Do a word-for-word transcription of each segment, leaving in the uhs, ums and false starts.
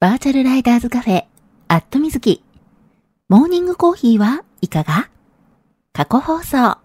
バーチャルライダーズカフェ、アットみずき。モーニングコーヒーはいかが？過去放送。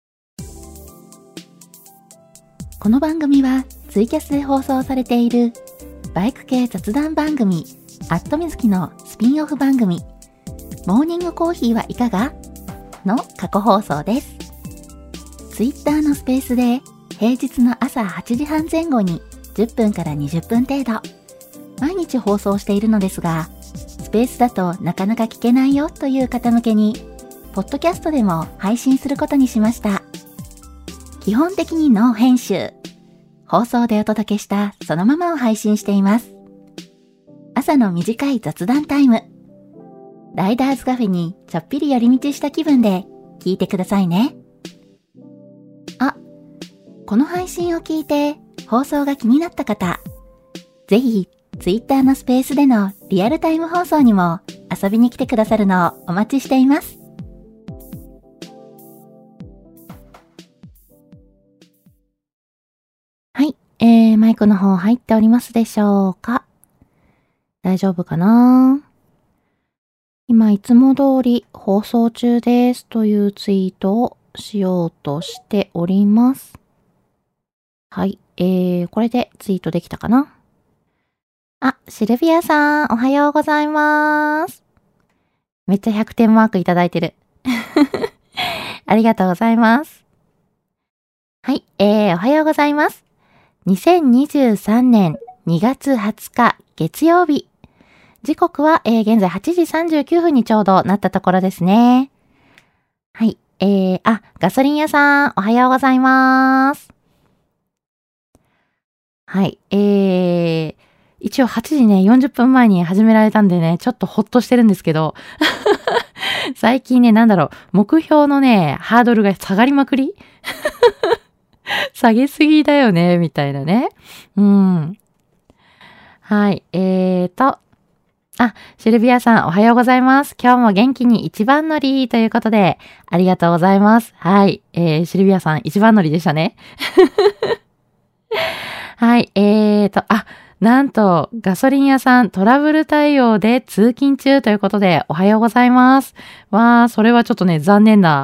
この番組はツイキャスで放送されているバイク系雑談番組、アットみずきのスピンオフ番組、モーニングコーヒーはいかが？の過去放送です。ツイッターのスペースで平日の朝はちじはん前後にじゅっぷんからにじゅっぷん程度、毎日放送しているのですが、スペースだとなかなか聞けないよという方向けに、ポッドキャストでも配信することにしました。基本的にノー編集。放送でお届けしたそのままを配信しています。朝の短い雑談タイム。ライダーズカフェにちょっぴり寄り道した気分で聞いてくださいね。あ、この配信を聞いて放送が気になった方、ぜひツイッターのスペースでのリアルタイム放送にも遊びに来てくださるのをお待ちしています。はい、えー、マイクの方入っておりますでしょうか？大丈夫かな？今いつも通り放送中ですというツイートをしようとしております。はい、えー、これでツイートできたかな？あ、シルビアさん、おはようございます。めっちゃひゃくてんマークいただいてる。ありがとうございます。はい、えー、おはようございます。にせんにじゅうさんねんにがつはつか月曜日。時刻は、えー、現在はちじさんじゅうきゅうふんにちょうどなったところですね。はい、えー、あ、ガソリン屋さん、おはようございます。はい、えー、一応はちじね、よんじゅっぷんまえに始められたんでね、ちょっとほっとしてるんですけど、最近ね、なんだろう、目標のね、ハードルが下がりまくり下げすぎだよね、みたいなね。うん。はい、えーと、あ、シルビアさん、おはようございます。今日も元気に一番乗りということで、ありがとうございます。はい、えー、シルビアさん、一番乗りでしたね。はい、えーと、あ、なんと、ガソリン屋さんトラブル対応で通勤中ということで、おはようございます。わー、それはちょっとね、残念な。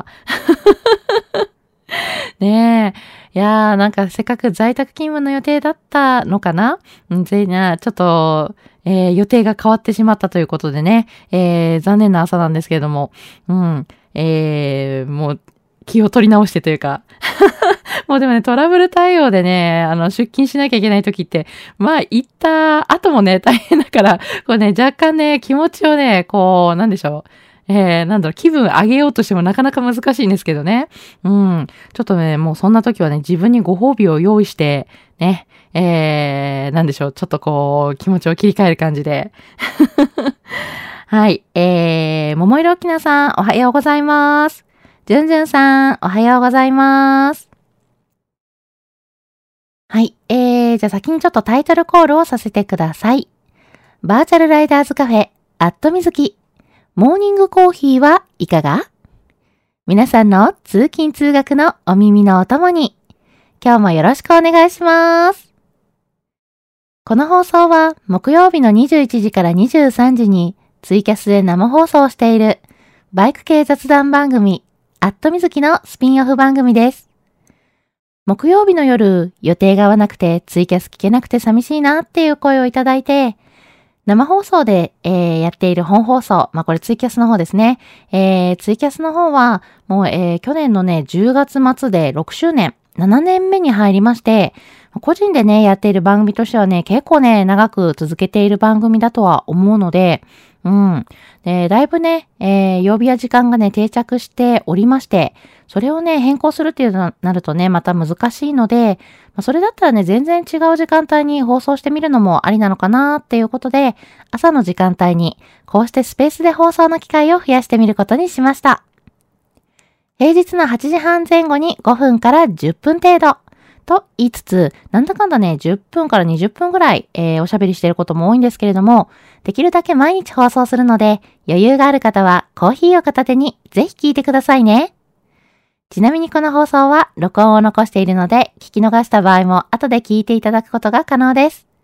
ねえ。いやー、なんかせっかく在宅勤務の予定だったのかな？うん、ぜな、ちょっと、えー、予定が変わってしまったということでね、えー、残念な朝なんですけれども、うん、えー、もう、気を取り直してというか、もうでもね、トラブル対応でね、あの、出勤しなきゃいけない時って、まあ、行った後もね、大変だから、こうね、若干ね、気持ちをね、こう、なんでしょう。えー、なんだろう、気分上げようとしてもなかなか難しいんですけどね。うん。ちょっとね、もうそんな時はね、自分にご褒美を用意して、ね、えー、なんでしょう、ちょっとこう、気持ちを切り替える感じで。はい。えー、桃色おきなさん、おはようございます。じゅんじゅんさん、おはようございます。はい。えー、じゃあ先にちょっとタイトルコールをさせてください。バーチャルライダーズカフェ、アットみずき。モーニングコーヒーはいかが？皆さんの通勤通学のお耳のお供に、今日もよろしくお願いします。この放送は木曜日のにじゅういちじからにじゅうさんじにツイキャスで生放送しているバイク系雑談番組、アットみずきのスピンオフ番組です。木曜日の夜、予定が合わなくてツイキャス聞けなくて寂しいなっていう声をいただいて、生放送で、えー、やっている本放送、まあ、これツイキャスの方ですね。えー、ツイキャスの方は、もう、えー、去年のね、じゅうがつ末でろくしゅうねん、ななねんめに入りまして、個人でね、やっている番組としてはね、結構ね、長く続けている番組だとは思うので、うん。で、だいぶね、えー、曜日や時間がね、定着しておりまして、それをね、変更するっていうのになるとね、また難しいので、まあ、それだったらね、全然違う時間帯に放送してみるのもありなのかなっていうことで、朝の時間帯に、こうしてスペースで放送の機会を増やしてみることにしました。平日のはちじはんぜん後にごふんからじゅっぷん程度。と言いつつ、なんだかんだね、じゅっぷんからにじゅっぷんぐらい、えー、おしゃべりしていることも多いんですけれども、できるだけ毎日放送するので、余裕がある方はコーヒーを片手にぜひ聞いてくださいね。ちなみにこの放送は録音を残しているので、聞き逃した場合も後で聞いていただくことが可能です。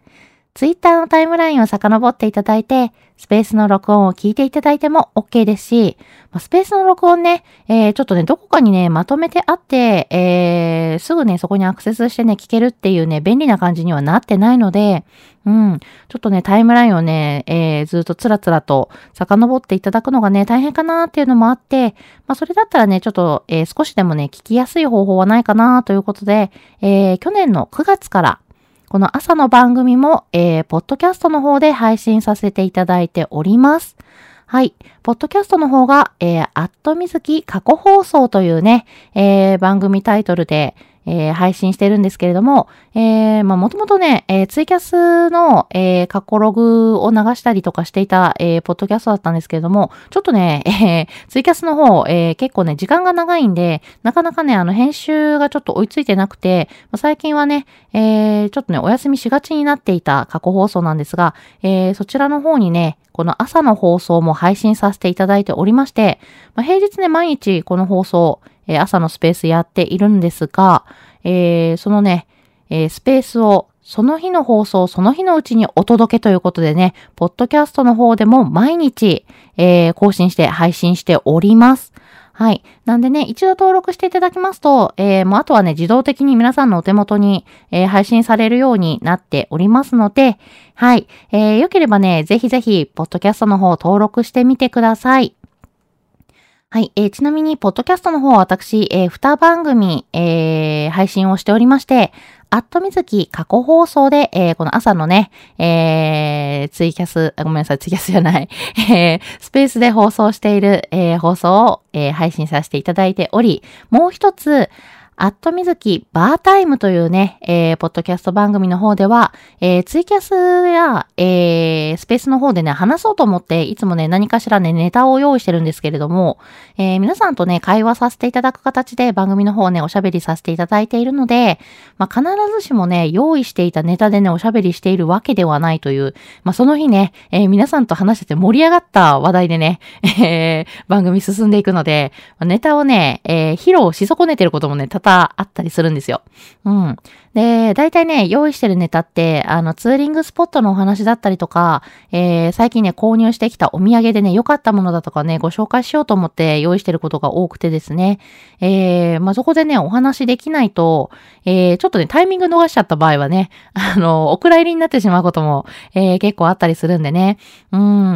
ツイッターのタイムラインを遡っていただいて、スペースの録音を聞いていただいても OK ですし、まあ、スペースの録音ね、えー、ちょっとね、どこかにね、まとめてあって、えー、すぐね、そこにアクセスしてね、聞けるっていうね、便利な感じにはなってないので、うん、ちょっとね、タイムラインをね、えー、ずっとつらつらと遡っていただくのがね、大変かなっていうのもあって、まあ、それだったらね、ちょっと、えー、少しでもね、聞きやすい方法はないかなということで、えー、去年のくがつから、この朝の番組も、えー、ポッドキャストの方で配信させていただいております。はい。ポッドキャストの方が、えー、アットみずき過去放送というね、えー、番組タイトルで、えー、配信してるんですけれども、えー、まあ、もともとね、えー、ツイキャスの、えー、過去ログを流したりとかしていた、えー、ポッドキャストだったんですけれども、ちょっとね、えー、ツイキャスの方、えー、結構ね、時間が長いんで、なかなかね、あの、編集がちょっと追いついてなくて、まあ、最近はね、えー、ちょっとね、お休みしがちになっていた過去放送なんですが、えー、そちらの方にね、この朝の放送も配信させていただいておりまして、まあ、平日ね、毎日この放送、えー、朝のスペースやっているんですが、えー、そのね、えー、スペースをその日の放送、その日のうちにお届けということでね、ポッドキャストの方でも毎日、えー、更新して配信しております。はい。なんでね、一度登録していただきますと、えー、もうあとはね、自動的に皆さんのお手元に、えー、配信されるようになっておりますので、はい。えー、よければね、ぜひぜひ、ポッドキャストの方を登録してみてください。はい。えー、ちなみに、ポッドキャストの方は私、えー、に番組、えー、配信をしておりまして、アットみずき過去放送で、えー、この朝のね、えー、ツイキャス、ごめんなさい、ツイキャスじゃない、えー、スペースで放送している、えー、放送を、えー、配信させていただいており、もう一つ、アットみずきバータイムというね、えー、ポッドキャスト番組の方では、えー、ツイキャスや、えー、スペースの方でね、話そうと思って、いつもね、何かしらね、ネタを用意してるんですけれども、えー、皆さんとね、会話させていただく形で番組の方をね、おしゃべりさせていただいているので、まあ、必ずしもね、用意していたネタでね、おしゃべりしているわけではないという、まあ、その日ね、えー、皆さんと話してて盛り上がった話題でね、えー、番組進んでいくので、ネタをね、えー、披露し損ねてることもね、多々あったりするんですよ。うん。で、大体ね、用意してるネタって、あの、ツーリングスポットのお話だったりとか、えー、最近ね、購入してきたお土産でね、良かったものだとかね、ご紹介しようと思って用意してることが多くてですね。えー、まあ、そこでね、お話できないと、えー、ちょっとね、タイミング逃しちゃった場合はね、あの、お蔵入りになってしまうことも、えー、結構あったりするんでね。うん。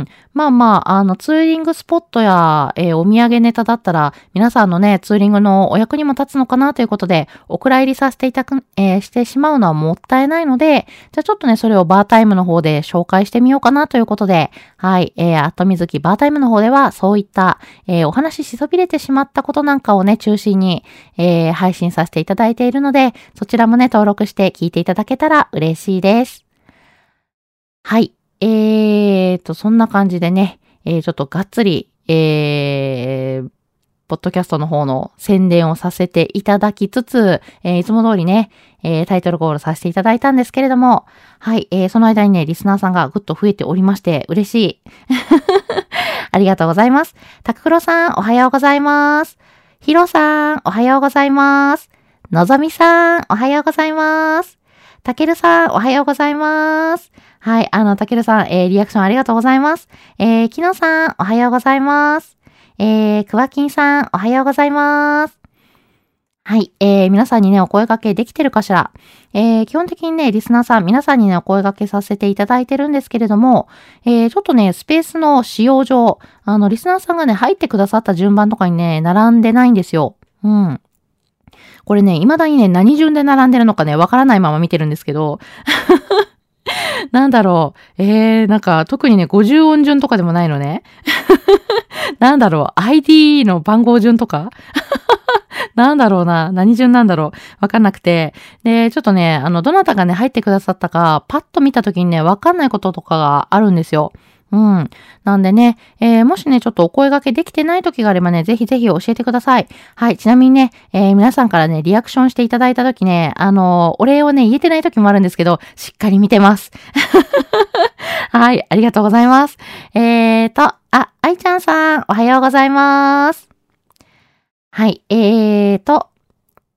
まあまあ、あの、ツーリングスポットや、えー、お土産ネタだったら、皆さんのね、ツーリングのお役にも立つのかなということで、お蔵入りさせていたく、えー、してしまうのはもったいないので、じゃあちょっとね、それをバータイムの方で紹介してみようかなということで、はい、えー、アットみずきバータイムの方では、そういった、えー、お話しそびれてしまったことなんかをね、中心に、えー、配信させていただいているので、そちらもね、登録して聞いていただけたら嬉しいです。はい。えーと、そんな感じでね、えー、ちょっとがっつり、えー、ポッドキャストの方の宣伝をさせていただきつつ、えー、いつも通りね、えー、タイトルコールさせていただいたんですけれども、はい、えー、その間にね、リスナーさんがぐっと増えておりまして、嬉しい。ありがとうございます。たくくろさん、おはようございます。ひろさん、おはようございます。のぞみさん、おはようございます。たけるさん、おはようございます。はい、あの、たけるさん、えー、リアクションありがとうございます。えー、きのさん、おはようございます。えー、くわきんさん、おはようございます。はい、えー、皆さんにね、お声掛けできてるかしら。えー、基本的にね、リスナーさん、皆さんにね、お声掛けさせていただいてるんですけれども、えー、ちょっとね、スペースの使用上、あの、リスナーさんがね、入ってくださった順番とかにね、並んでないんですよ。うん。これね、未だにね、何順で並んでるのかね、わからないまま見てるんですけど、なんだろう。えー、なんか、特にね、ごじゅう音順とかでもないのね。なんだろう。アイディー の番号順とかなんだろうな。何順なんだろう。わかんなくて。で、ちょっとね、あの、どなたがね、入ってくださったか、パッと見たときにね、わかんないこととかがあるんですよ。うん。なんでね、えー、もしね、ちょっとお声掛けできてない時があればね、ぜひぜひ教えてください。はい。ちなみにね、えー、皆さんからね、リアクションしていただいた時ね、あのー、お礼をね、言えてない時もあるんですけど、しっかり見てます。はい。ありがとうございます。えーと、あ、愛ちゃんさん、おはようございます。はい。えーと、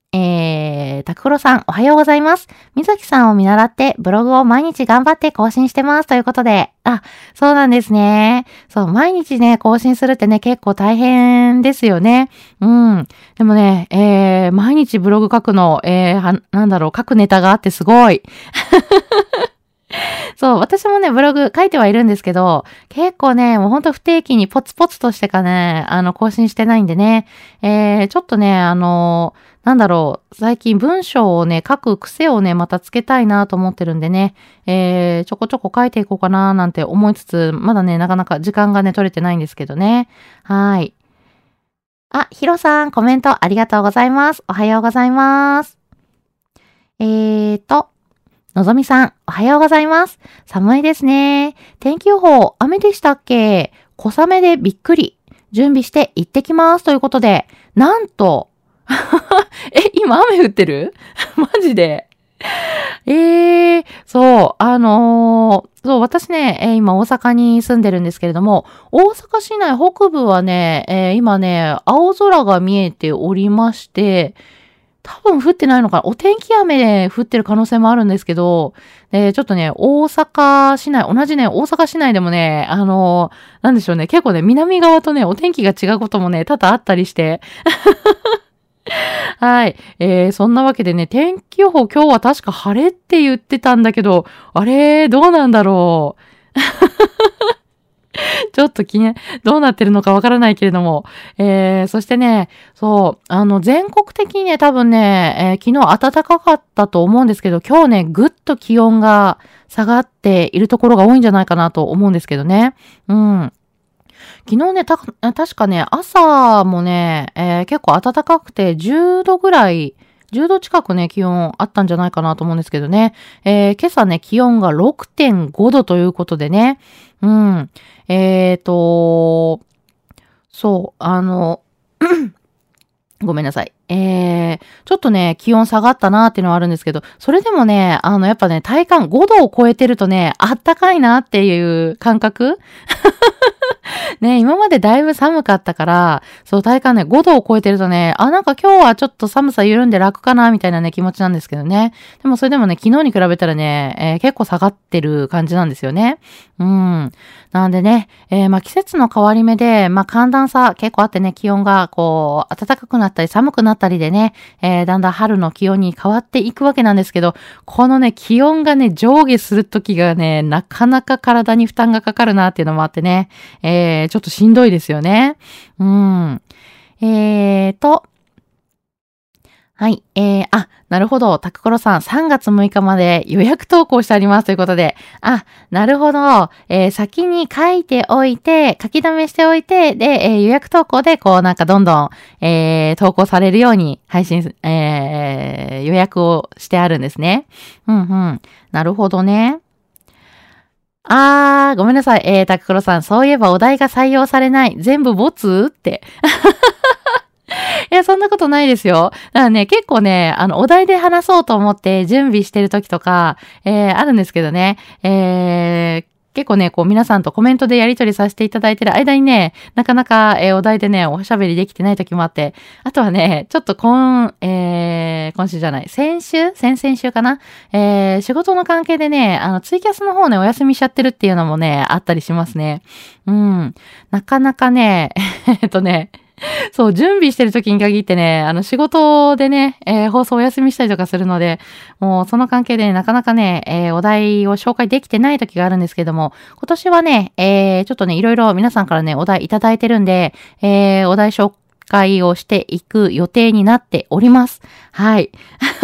えー、タククロさん、おはようございます。みずきさんを見習ってブログを毎日頑張って更新してます。ということで。あ、そうなんですね。そう、毎日ね、更新するってね、結構大変ですよね。うん。でもね、えー、毎日ブログ書くの、えー、は、なんだろう、書くネタがあってすごい。そう、私もね、ブログ書いてはいるんですけど、結構ね、もうほんと不定期にポツポツとしてかね、あの、更新してないんでね、えー、ちょっとね、あのなんだろう、最近文章をね、書く癖をね、またつけたいなと思ってるんでね、えー、ちょこちょこ書いていこうかななんて思いつつ、まだね、なかなか時間がね、取れてないんですけどね。はい。あ、ヒロさん、コメントありがとうございます。おはようございます。えーと、のぞみさん、おはようございます。寒いですね。天気予報、雨でしたっけ？小雨でびっくり。準備して行ってきます。ということで、なんと、え、今雨降ってるマジで。ええー、そう、あのー、そう、私ね、えー今大阪に住んでるんですけれども、大阪市内北部はね、えー今ね、青空が見えておりまして、多分降ってないのかな。お天気雨で降ってる可能性もあるんですけど、で、ちょっとね、大阪市内、同じね、大阪市内でもね、あのーなんでしょうね、結構ね、南側とね、お天気が違うこともね、多々あったりして、はい。えー、そんなわけでね、天気予報今日は確か晴れって言ってたんだけど、あれ、どうなんだろう。ちょっと気に、どうなってるのかわからないけれども。えー、そしてね、そう、あの、全国的にね、多分ね、えー昨日暖かかったと思うんですけど、今日ね、ぐっと気温が下がっているところが多いんじゃないかなと思うんですけどね。うん。昨日ね、た、確かね、朝もね、えー結構暖かくてじゅうどぐらい、じゅうど近くね、気温あったんじゃないかなと思うんですけどね。えー今朝ね、気温がろくてんごどということでね。うん。えーと、そう、あの、ごめんなさい。えー、ちょっとね、気温下がったなーっていうのはあるんですけど、それでもね、あの、やっぱね、体感ごどを超えてるとね、あったかいなっていう感覚ね、今までだいぶ寒かったから、そう、体感ね、ごどを超えてるとね、あ、なんか今日はちょっと寒さ緩んで楽かな、みたいなね、気持ちなんですけどね。でもそれでもね、昨日に比べたらね、えー結構下がってる感じなんですよね。うん。なんでね、えーまあ季節の変わり目で、まあ寒暖差結構あってね、気温がこう、暖かくなったり寒くなったりでね、えーだんだん春の気温に変わっていくわけなんですけど、このね、気温がね、上下するときがね、なかなか体に負担がかかるなっていうのもあってね、えー、ちょっとしんどいですよね。うん。えーと、はい。えー、あ、なるほど。タクコロさん、さんがつむいかまで予約投稿してありますということで。あ、なるほど。えー、先に書いておいて、書き留めしておいて、で、えー予約投稿で、こう、なんかどんどん、えー、投稿されるように配信、えー、予約をしてあるんですね。うんうん。なるほどね。あー、ごめんなさい。えー、タククロさん、そういえばお題が採用されない。全部ボツって。いや、そんなことないですよ。だからね、結構ね、あの、お題で話そうと思って準備してる時とか、えー、あるんですけどね。えー、結構ね、こう皆さんとコメントでやり取りさせていただいてる間にね、なかなか、えーお題でね、おしゃべりできてない時もあって、あとはね、ちょっと今、えー、今週じゃない、先週先々週かなえー、仕事の関係でね、あの、ツイキャスの方ね、お休みしちゃってるっていうのもね、あったりしますね。うん。なかなかね、えっとね、そう、準備してる時に限ってね、あの、仕事でね、えー放送お休みしたりとかするので、もうその関係でね、なかなかね、えーお題を紹介できてない時があるんですけども、今年はね、えーちょっとね、いろいろ皆さんからね、お題いただいてるんで、えーお題紹介をしていく予定になっております。はい。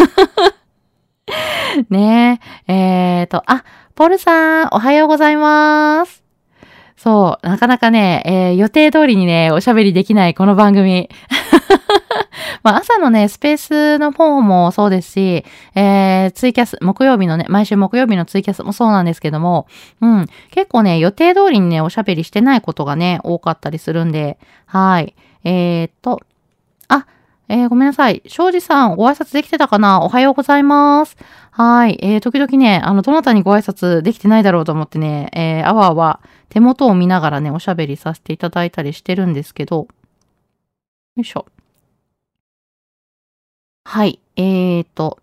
ねえ、えーと、あ、ポールさん、おはようございます。そう、なかなかね、えー予定通りにね、おしゃべりできないこの番組。まあ、朝のね、スペースの方もそうですし、えー、ツイキャス、木曜日のね、毎週木曜日のツイキャスもそうなんですけども、うん、結構ね、予定通りにね、おしゃべりしてないことがね、多かったりするんで、はい。えーっと、あ、えー、ごめんなさい。庄司さん、ご挨拶できてたかな？おはようございます。はい。えー、時々ね、あの、どなたにご挨拶できてないだろうと思ってね、えー、あわあわ、手元を見ながらね、おしゃべりさせていただいたりしてるんですけど、よいしょ。 はい。えーと。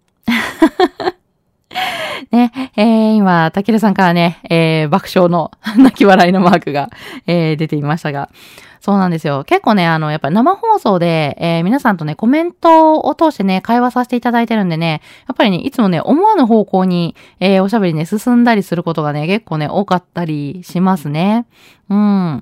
ね、えー、今、たけるさんからね、えー、爆笑の泣き笑いのマークが、えー、出ていましたが、そうなんですよ。結構ね、あの、やっぱり生放送で、えー、皆さんとね、コメントを通してね、会話させていただいてるんでね、やっぱりね、いつもね、思わぬ方向に、えー、おしゃべりね、進んだりすることがね、結構ね、多かったりしますね。うん。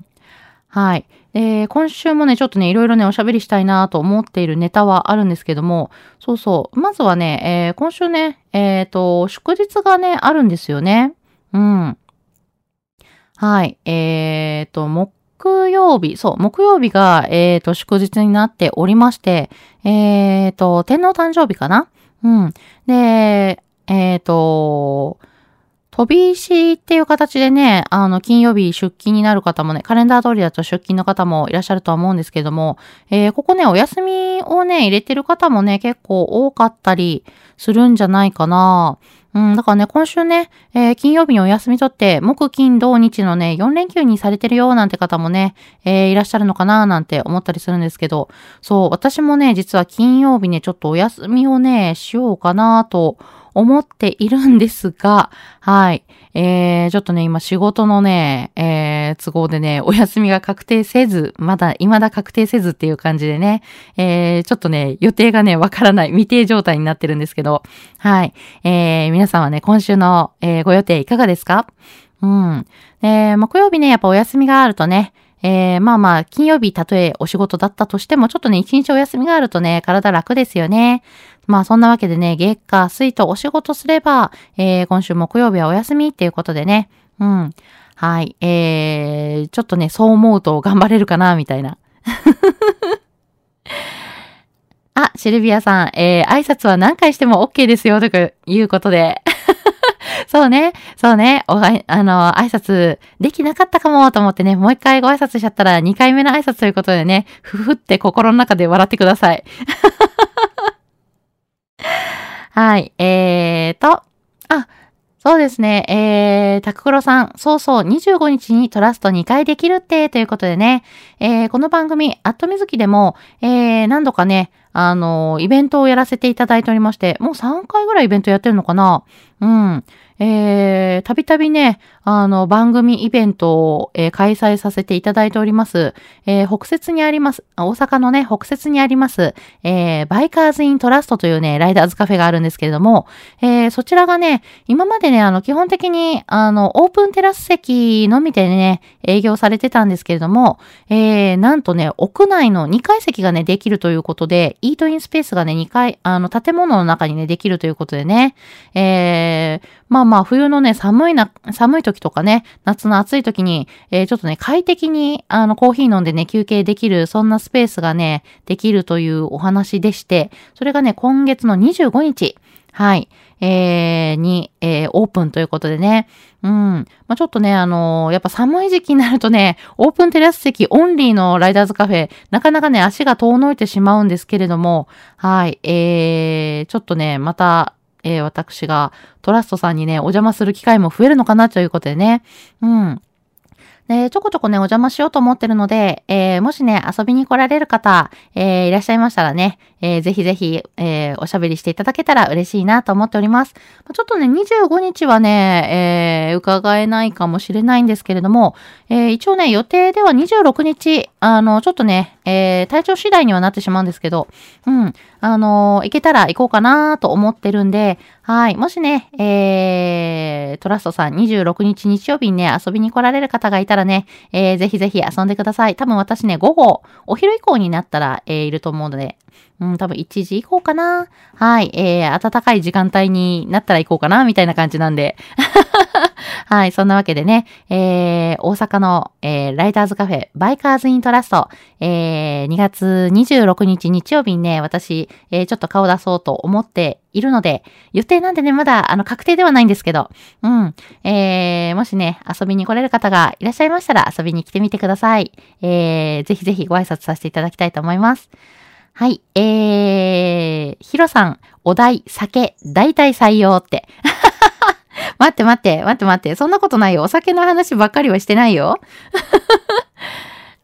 はい。えー、今週もね、ちょっとね、いろいろね、おしゃべりしたいなと思っているネタはあるんですけども、そうそう。まずはね、えー、今週ね、えっと、祝日がね、あるんですよね。うん。はい。えっと、木曜日、そう、木曜日が、えっと、祝日になっておりまして、えっと、天皇誕生日かな。うん。で、えっと、飛び石っていう形でね、あの、金曜日出勤になる方もね、カレンダー通りだと出勤の方もいらっしゃるとは思うんですけども、えー、ここね、お休みをね、入れてる方もね、結構多かったりするんじゃないかな。うん、だからね、今週ね、えー、金曜日にお休み取って、木金土日のね、よん連休にされてるよなんて方もね、えー、いらっしゃるのかななんて思ったりするんですけど、そう、私もね、実は金曜日ね、ちょっとお休みをね、しようかなと思っているんですが、はい。えー、ちょっとね、今仕事のね、えー、都合でね、お休みが確定せず、まだ、未だ確定せずっていう感じでね、えー、ちょっとね、予定がね、わからない未定状態になってるんですけど、はい。えー、皆さんはね、今週の、えー、ご予定いかがですか？うん。えー、木曜日ね、やっぱお休みがあるとね、えー、まあまあ、金曜日、たとえお仕事だったとしても、ちょっとね、一日お休みがあるとね、体楽ですよね。まあ、そんなわけでね、月火水とお仕事すれば、えー、今週木曜日はお休みっていうことでね、うん。はい。えー、ちょっとね、そう思うと頑張れるかな、みたいな。あ、シルビアさん、えー、挨拶は何回しても OK ですよ、とかいうことで。そうね、そうね、おああの、挨拶できなかったかもと思ってね、もう一回ご挨拶しちゃったらにかいめの挨拶ということでね、ふふって心の中で笑ってください。はい、えーと、あ、そうですね、えー、タククロさん、そうそう、にじゅうごにちにトラストにかいできるって、ということでね、えー、この番組、アットみずきでも、えー、何度かね、あの、イベントをやらせていただいておりまして、もうさんかいぐらいイベントやってるのかな？うん。えー、たびたびね、あの、番組イベントを、えー開催させていただいております。えー北摂にあります、あ大阪のね、北摂にあります、えーバイカーズイントラストというね、ライダーズカフェがあるんですけれども、えーそちらがね、今までね、あの、基本的に、あの、オープンテラス席のみでね、営業されてたんですけれども、えーなんとね、屋内のにかい席がね、できるということで、イートインスペースがね、にかい、あの、建物の中にね、できるということでね、えーまあまあ、冬のね、寒いな、寒い時とかね、夏の暑い時に、えーちょっとね、快適に、あの、コーヒー飲んでね、休憩できる、そんなスペースがね、できるというお話でして、それがね、今月のにじゅうごにち、はい、えー、に、えー、オープンということでね、うん。まあ、ちょっとね、あのーやっぱ寒い時期になるとね、オープンテラス席オンリーのライダーズカフェ、なかなかね、足が遠のいてしまうんですけれども、はい、えー、ちょっとね、また、えー、私がトラストさんにね、お邪魔する機会も増えるのかなということでね。うん。で、ちょこちょこね、お邪魔しようと思ってるので、えー、もしね、遊びに来られる方、えー、いらっしゃいましたらね、えー、ぜひぜひ、えー、おしゃべりしていただけたら嬉しいなと思っております。ちょっとね、にじゅうごにちはね、えー、伺えないかもしれないんですけれども、えー、一応ね、予定ではにじゅうろくにち、あの、ちょっとね、えー、体調次第にはなってしまうんですけど、うん、あのー行けたら行こうかなと思ってるんで、はい。もしね、えー、トラストさんにじゅうろくにち日曜日にね、遊びに来られる方がいたらね、えー、ぜひぜひ遊んでください。多分私ね、午後、お昼以降になったら、えー、いると思うので、うん、多分いちじ以降かな。はい。えー、暖かい時間帯になったら行こうかな、みたいな感じなんで。はい。そんなわけでね、えー、大阪の、えー、ライターズカフェ、バイカーズイントラスト、えー、にがつにじゅうろくにち日曜日にね、私、えー、ちょっと顔出そうと思っているので、予定なんでね、まだ、あの、確定ではないんですけど、うん。えー、もしね、遊びに来れる方がいらっしゃいましたら遊びに来てみてください。えー、ぜひぜひご挨拶させていただきたいと思います。はい。えー、ヒロさん、お題、酒、大体採用って。待って待って、待って待って。そんなことないよ。お酒の話ばっかりはしてないよ。あ、正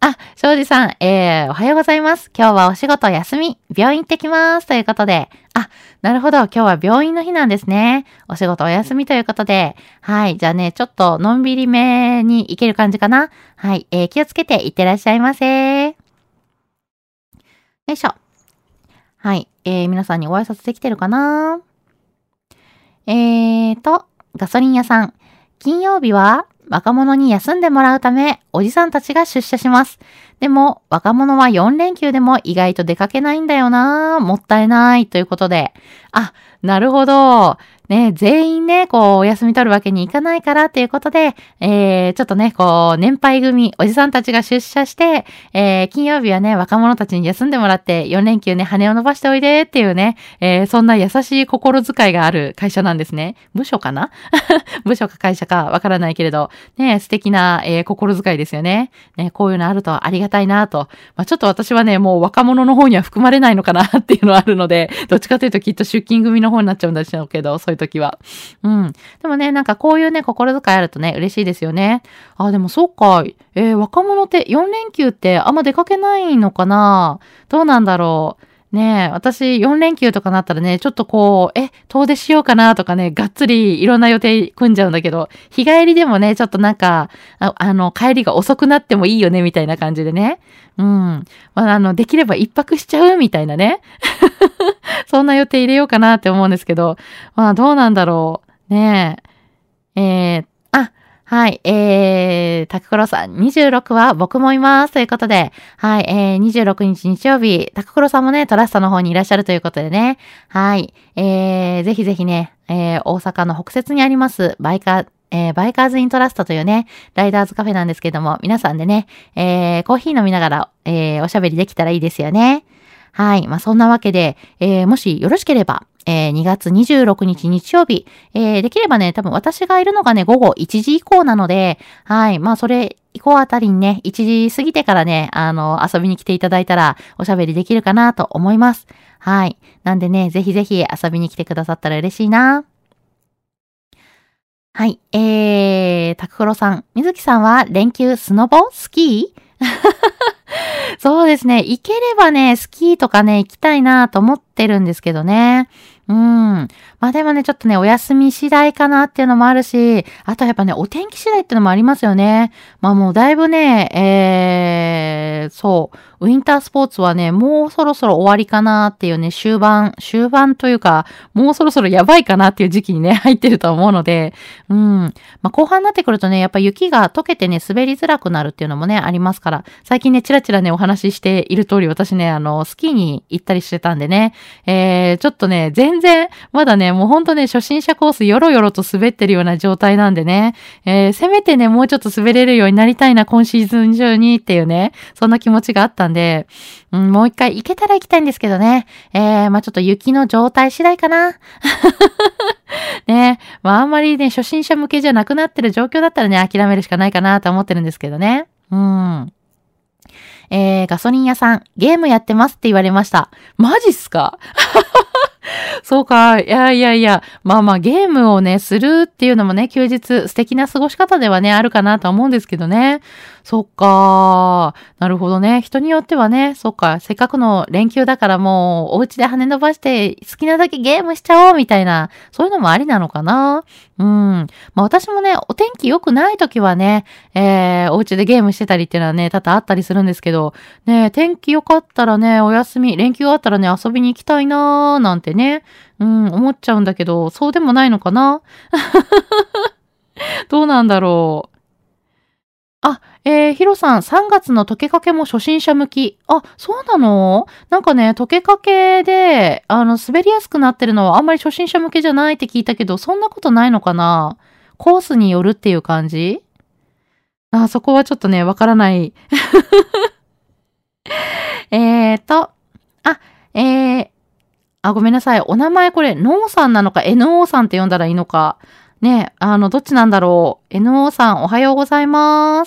庄司さん、えー、おはようございます。今日はお仕事休み、病院行ってきます。ということで、あ、なるほど。今日は病院の日なんですね。お仕事お休みということで、はい。じゃあね、ちょっとのんびりめに行ける感じかな。はい。えー、気をつけていってらっしゃいませ。よいしょ。はい。えー、皆さんにご挨拶できてるかな？えーと、ガソリン屋さん。金曜日は若者に休んでもらうため、おじさんたちが出社します。でも、若者はよん連休でも意外と出かけないんだよな。もったいないということで。あ、なるほど。ね、全員ね、こう、お休み取るわけにいかないからっていうことで、えー、ちょっとね、こう、年配組、おじさんたちが出社して、えー、金曜日はね、若者たちに休んでもらって、よん連休ね、羽を伸ばしておいでっていうね、えー、そんな優しい心遣いがある会社なんですね。部署かな部署か会社かわからないけれど、ね、素敵な、えー、心遣いですよね。ね、こういうのあるとありがたいなと。まあ、ちょっと私はね、もう若者の方には含まれないのかなっていうのはあるので、どっちかというときっと出勤組の方になっちゃうんでしょうけど、そういう時は。うん。でもね、なんかこういうね、心遣いあるとね、嬉しいですよね。あ、でもそうか。えー、若者ってよん連休ってあんま出かけないのかな？どうなんだろう。ねえ、私よん連休とかなったらね、ちょっとこう、え、遠出しようかなとかね、がっつりいろんな予定組んじゃうんだけど、日帰りでもね、ちょっとなんか、あ、あの、帰りが遅くなってもいいよね、みたいな感じでね。うん。まあ、あの、できれば一泊しちゃうみたいなね。そんな予定入れようかなって思うんですけど、まあどうなんだろう。ねえ。えー、あ、はい、えー、タククロさん、にじゅうろくは僕もいます。ということで、はい、えー、にじゅうろくにち日曜日、タククロさんもね、トラストの方にいらっしゃるということでね。はい、えー、ぜひぜひね、えー、大阪の北節にあります、バイカー、えー、バイカーズイントラストというね、ライダーズカフェなんですけども、皆さんでね、えー、コーヒー飲みながら、えー、おしゃべりできたらいいですよね。はい。まあ、そんなわけで、えー、もしよろしければ、えー、にがつにじゅうろくにち日曜日、えー、できればね、多分私がいるのがね、午後いちじ以降なので、はい。まあ、それ以降あたりにね、いちじ過ぎてからね、あの、遊びに来ていただいたら、おしゃべりできるかなと思います。はい。なんでね、ぜひぜひ遊びに来てくださったら嬉しいな。はい。えー、タククロさん、みずきさんは連休スノボスキーそうですね。行ければね、スキーとかね、行きたいなと思ってるんですけどね。うん。まあでもね、ちょっとね、お休み次第かなっていうのもあるし、あとやっぱね、お天気次第っていうのもありますよね。まあもうだいぶね、えー、そう、ウィンタースポーツはね、もうそろそろ終わりかなっていうね、終盤、終盤というか、もうそろそろやばいかなっていう時期にね、入ってると思うので、うん。まあ後半になってくるとね、やっぱ雪が溶けてね、滑りづらくなるっていうのもね、ありますから、最近ね、ちらちらね、お話ししている通り、私ね、あの、スキーに行ったりしてたんでね、えー、ちょっとね、全然、まだね、もうほんとね、初心者コースよろよろと滑ってるような状態なんでね、えー、せめてね、もうちょっと滑れるようになりたいな、今シーズン中にっていうね、そんな気持ちがあったんで、うん、もう一回行けたら行きたいんですけどね、えー、まあちょっと雪の状態次第かな。ね、まああんまりね、初心者向けじゃなくなってる状況だったらね、諦めるしかないかなと思ってるんですけどね。うん。えー、ガソリン屋さん、ゲームやってますって言われました。マジっすか？そうか。いやいやいや。まあまあゲームをね、するっていうのもね、休日素敵な過ごし方ではね、あるかなと思うんですけどね。そっか。なるほどね。人によってはね、そっか。せっかくの連休だからもう、お家で羽伸ばして好きなだけゲームしちゃおうみたいな、そういうのもありなのかな。うん。まあ私もね、お天気良くない時はね、えー、お家でゲームしてたりっていうのはね、多々あったりするんですけど、ね、天気良かったらね、お休み、連休あったらね、遊びに行きたいなーなんてね、うん、思っちゃうんだけど、そうでもないのかな。どうなんだろう。あ、えー、ヒロさん、さんがつの溶けかけも初心者向き。あ、そうなの？なんかね、溶けかけで、あの、滑りやすくなってるのはあんまり初心者向けじゃないって聞いたけど、そんなことないのかな？コースによるっていう感じ？あ、そこはちょっとね、わからない。えーと、あ、えー、あ、ごめんなさい。お名前これ、ノーさんなのか、エヌオー さんって呼んだらいいのか。ね、あの、どっちなんだろう。エヌオー さん、おはようございます。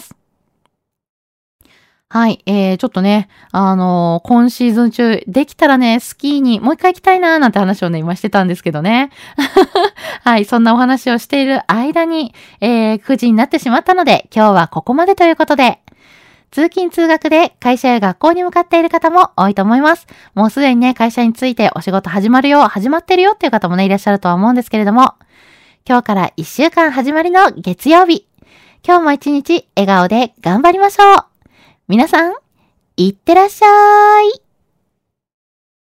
はい、えー、ちょっとね、あのー、今シーズン中、できたらね、スキーにもう一回行きたいなーなんて話をね、今してたんですけどね。はい、そんなお話をしている間に、えー、くじになってしまったので、今日はここまでということで。 通勤通学で会社や学校に向かっている方も多いと思います。もうすでにね、会社についてお仕事始まるよ、始まってるよっていう方もね、いらっしゃるとは思うんですけれども、今日からいっしゅうかん始まりの月曜日。今日も一日笑顔で頑張りましょう。皆さん、いってらっしゃい。